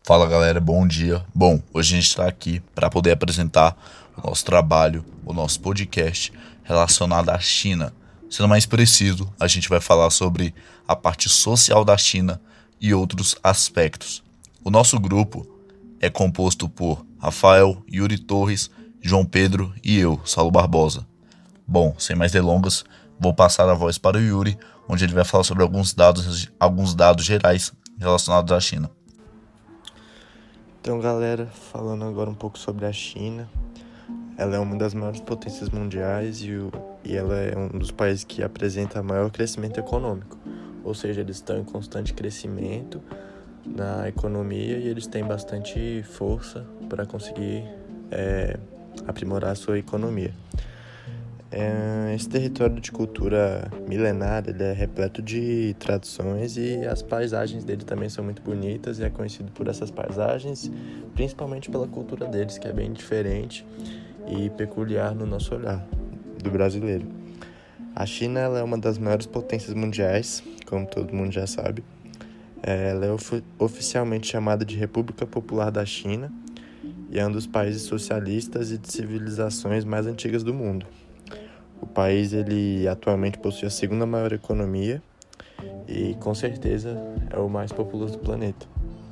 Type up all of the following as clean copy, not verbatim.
Fala galera, bom dia. Bom, hoje a gente está aqui para poder apresentar o nosso trabalho, o nosso podcast relacionado à China. Sendo mais preciso, a gente vai falar sobre a parte social da China e outros aspectos. O nosso grupo é composto por Rafael, Yuri Torres, João Pedro e eu, Saulo Barbosa. Bom, sem mais delongas, vou passar a voz para o Yuri, onde ele vai falar sobre alguns dados gerais relacionados à China. Então, galera, falando agora um pouco sobre a China, ela é uma das maiores potências mundiais e ela é um dos países que apresenta maior crescimento econômico. Ou seja, eles estão em constante crescimento na economia e eles têm bastante força para conseguir aprimorar a sua economia. Esse território de cultura milenar, ele é repleto de tradições e as paisagens dele também são muito bonitas e é conhecido por essas paisagens, principalmente pela cultura deles, que é bem diferente e peculiar no nosso olhar, do brasileiro. A China, ela é uma das maiores potências mundiais, como todo mundo já sabe. Ela é oficialmente chamada de República Popular da China e é um dos países socialistas e de civilizações mais antigas do mundo. O país ele atualmente possui a segunda maior economia e com certeza é o mais populoso do planeta.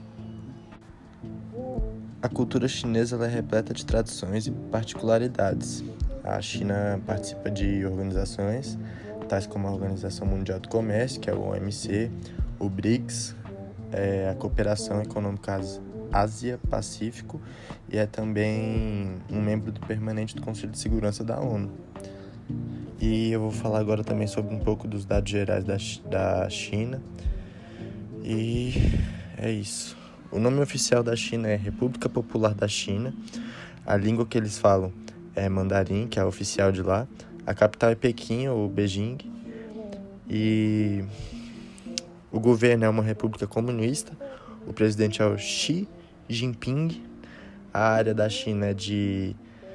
A cultura chinesa ela é repleta de tradições e particularidades. A China participa de organizações tais como a Organização Mundial do Comércio, que é o OMC, o BRICS, a Cooperação Econômica Ásia-Pacífico e é também um membro permanente do Conselho de Segurança da ONU. E eu vou falar agora também sobre um pouco dos dados gerais da China. E é isso. O nome oficial da China é República Popular da China. A língua que eles falam é mandarim, que é a oficial de lá. A capital é Pequim ou Beijing. E o governo é uma república comunista. O presidente é o Xi Jinping. A área da China é de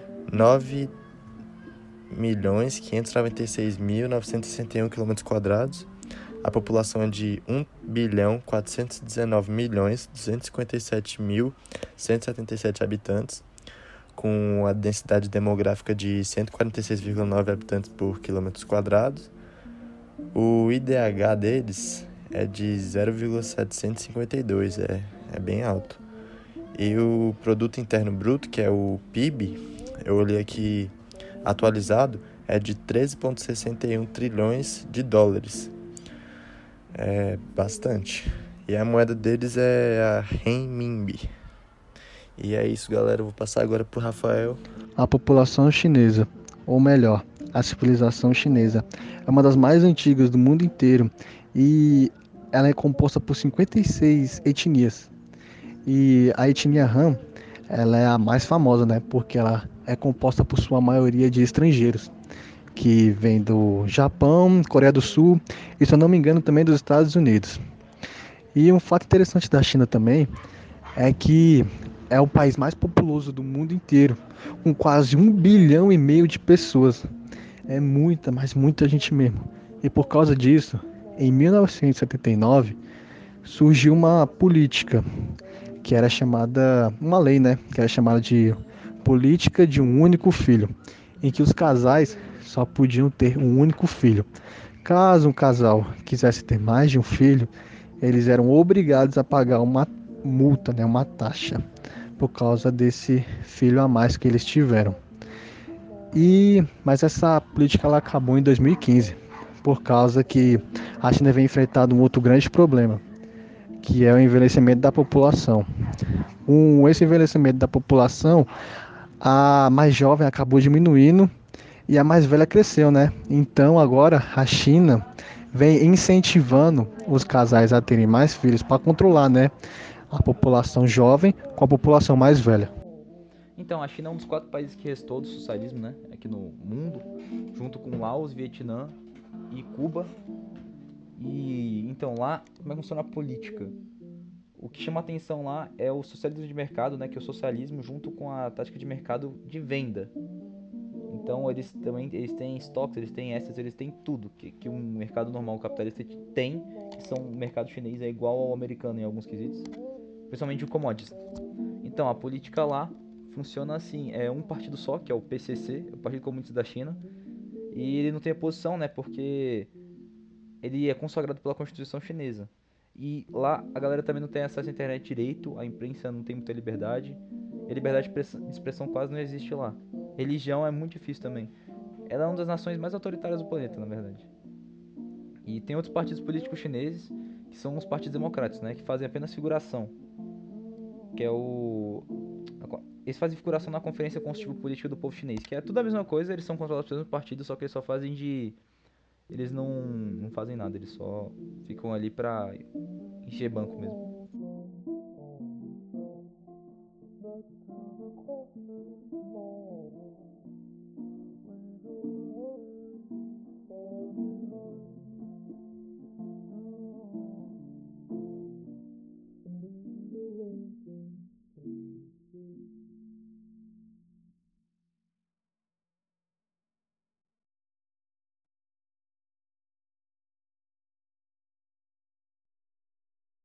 9.596.961 km². A população é de 1.419.257.177 habitantes, com a densidade demográfica de 146,9 habitantes por km². O IDH deles é de 0,752, é bem alto. E o Produto Interno Bruto, que é o PIB, eu olhei aqui atualizado, é de 13,61 trilhões de dólares. É bastante. E a moeda deles é a renminbi. E é isso, galera. Eu vou passar agora pro Rafael. A população chinesa, ou melhor, a civilização chinesa, é uma das mais antigas do mundo inteiro e ela é composta por 56 etnias. E a etnia Han, ela é a mais famosa, né? Porque ela é composta por sua maioria de estrangeiros, que vem do Japão, Coreia do Sul e, se eu não me engano, também dos Estados Unidos. E um fato interessante da China também é que é o país mais populoso do mundo inteiro, com quase 1,5 bilhão de pessoas. É muita, mas muita gente mesmo. E por causa disso, em 1979, surgiu uma política que era chamada, uma lei, né, que era chamada de política de um único filho, em que os casais só podiam ter um único filho. Caso um casal quisesse ter mais de um filho, eles eram obrigados a pagar uma multa, né, uma taxa, por causa desse filho a mais que eles tiveram. Mas essa política ela acabou em 2015, por causa que a China vem enfrentando um outro grande problema, que é o envelhecimento da população. Com esse envelhecimento da população, a mais jovem acabou diminuindo e a mais velha cresceu, né? Então agora a China vem incentivando os casais a terem mais filhos para controlar, né, a população jovem com a população mais velha. Então, a China é um dos 4 países que restou do socialismo, né, aqui no mundo, junto com Laos, Vietnã e Cuba. E então lá, como é que funciona a política? O que chama atenção lá é o socialismo de mercado, né, que é o socialismo junto com a tática de mercado de venda. Então eles têm estoques, eles têm extras, eles têm tudo que um mercado normal capitalista tem, que são o mercado chinês é igual ao americano em alguns quesitos. principalmente de commodities. Então, a política lá funciona assim, é um partido só, que é o PCC, o Partido Comunista da China, e ele não tem oposição, né, porque ele é consagrado pela Constituição chinesa. E lá a galera também não tem acesso à internet direito, a imprensa não tem muita liberdade, e a liberdade de expressão quase não existe lá. Religião é muito difícil também. Ela é uma das nações mais autoritárias do planeta, na verdade. E tem outros partidos políticos chineses, que são os partidos democráticos, né, que fazem apenas figuração, que é o... Eles fazem figuração na Conferência Constitutiva Política do Povo Chinês, que é tudo a mesma coisa, eles são controlados pelo mesmo partido, só que eles só fazem de... Eles não fazem nada, eles só ficam ali pra encher banco mesmo.